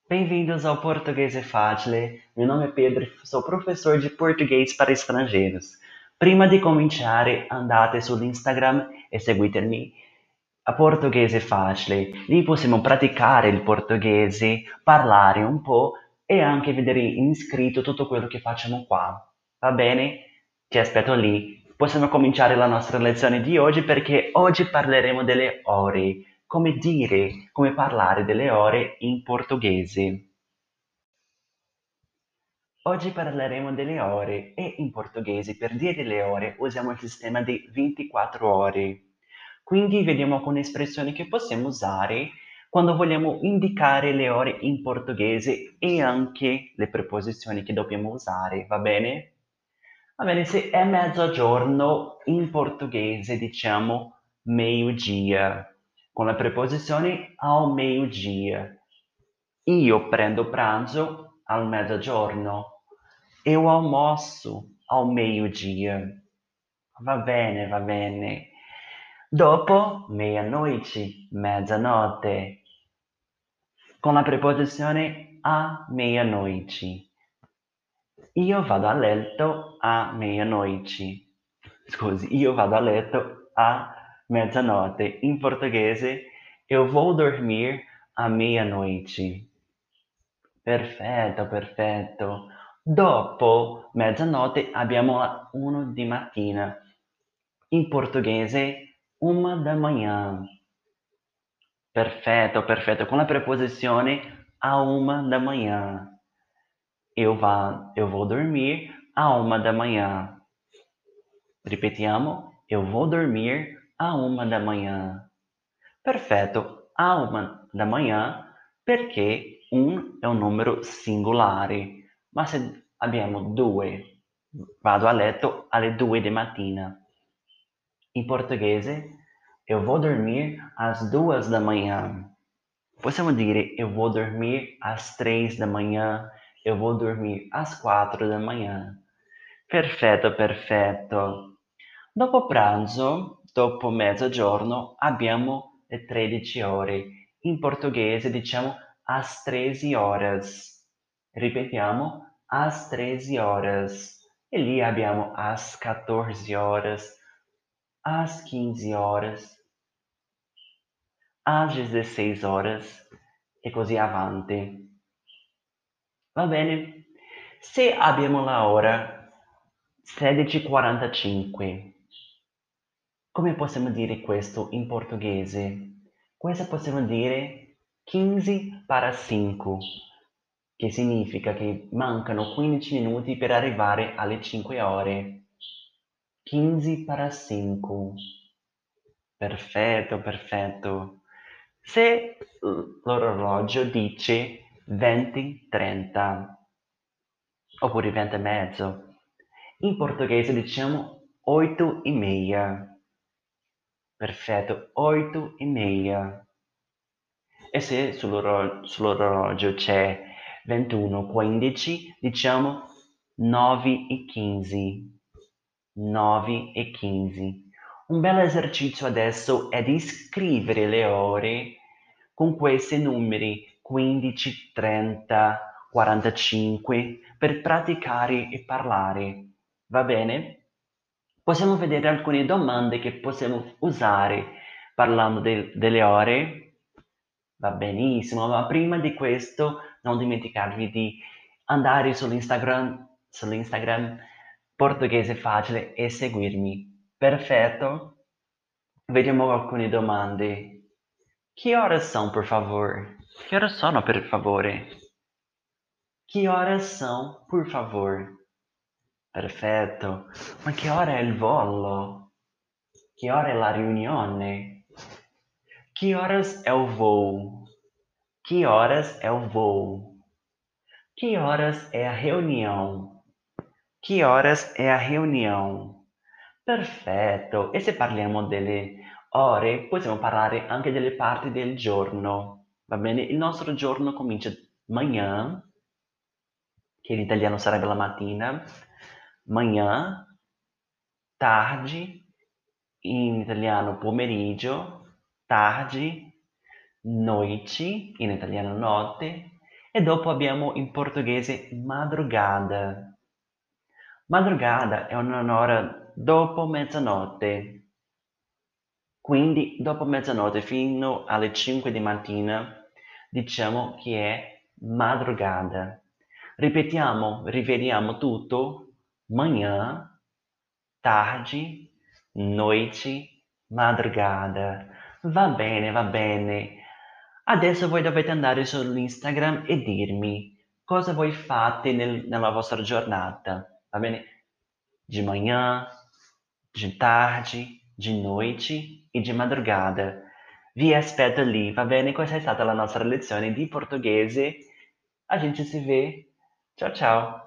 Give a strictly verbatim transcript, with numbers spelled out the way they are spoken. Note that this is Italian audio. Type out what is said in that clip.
Bem-vindos ao Português é Fácil. Meu nome é Pedro e sou professor de português para estrangeiros. Prima di cominciare, andate sull'Instagram e seguitemi a Português è Facile. Lì possiamo praticare il portoghese, parlare un po' e anche vedere in iscritto tutto quello che facciamo qua. Va bene? Ti aspetto lì. Possiamo cominciare la nostra lezione di oggi perché oggi parleremo delle ore, come dire, come parlare delle ore in portoghese. Oggi parleremo delle ore e in portoghese per dire le ore usiamo il sistema di ventiquattro ore. Quindi vediamo alcune espressioni che possiamo usare quando vogliamo indicare le ore in portoghese e anche le preposizioni che dobbiamo usare, va bene? Va bene, se è mezzogiorno in portoghese diciamo meio-dia, con la preposizione ao meio-dia. Io prendo pranzo al mezzogiorno. Eu almoço ao meio-dia. Va bene, va bene. Dopo meia-noite, mezzanotte, con la preposizione a meia-noite. Io vado a letto a meia-noite. Scusi, io vado a letto a mezzanotte. In portoghese, eu vou dormir à meia-noite. Perfetto, perfetto. Dopo mezzanotte abbiamo la uno di mattina. In portoghese, uma da manhã. Perfetto, perfetto. Com a preposizione a uma da manhã. Eu, vá, eu vou dormir a uma da manhã. Ripetiamo, eu vou dormir a uma da manhã. Perfetto, a uma da manhã perché un è un numero singolare, ma se abbiamo due, vado a letto alle due di mattina. In portoghese, eu vou dormir às duas da manhã. Possiamo dire eu vou dormir às três da manhã, eu vou dormir às quattro da manhã. Perfetto, perfetto. Dopo pranzo, dopo mezzogiorno, abbiamo le tredici ore. In portoghese diciamo às treze horas. Ripetiamo, às treze horas. E lì abbiamo às quatorze horas, às quinze horas, às dezesseis horas e così avanti. Va bene? Se abbiamo la ora sedici e quarantacinque, come possiamo dire questo in portoghese? Questo possiamo dire quinze para cinque, che significa che mancano quindici minuti per arrivare alle cinque ore. quinze para cinque. Perfetto, perfetto. Se l'orologio dice venti trenta, oppure venti e mezzo, in portoghese diciamo oito e meia. Perfetto, oito e meia. E se sull'oro- sull'orologio c'è ventuno quindici, diciamo nove e quindici. nove e quindici. Un bel esercizio adesso è di scrivere le ore con questi numeri quindici, trenta, quarantacinque per praticare e parlare. Va bene? Possiamo vedere alcune domande che possiamo usare parlando de- delle ore. Va benissimo, ma prima di questo non dimenticarvi di andare sull'Instagram, sull'Instagram Portoghese Facile e seguirmi. Perfetto? Vediamo alcune domande. Che ore sono, per favore? Che ore sono, per favore? Che ore sono, por favor? Perfetto. Ma che ora è il volo? Che ora è la riunione? Que horas é o voo? Que horas é o voo? Que horas é a reunião? Que horas è a reunião? Perfetto. E se parliamo delle ore, possiamo parlare anche delle parti del giorno. Va bene? Il nostro giorno comincia manhã, che in italiano sarebbe la mattina, manhã, tarde, in italiano pomeriggio, tarde, noite, in italiano notte, E dopo abbiamo in portoghese madrugada. Madrugada è un'ora dopo mezzanotte. Quindi dopo mezzanotte fino alle cinque di mattina diciamo che è madrugada. Ripetiamo, rivediamo tutto. Manhã, tarde, noite, madrugada. Va bene, va bene. Adesso voi dovete andare sull'Instagram e dirmi cosa voi fate nel- nella vostra giornata, va bene? De manhã, de tarde, de noite e de madrugada. Vi aspetto lì, va bene? Questa è stata la nostra lezione di portoghese. A gente se vê. Ciao ciao!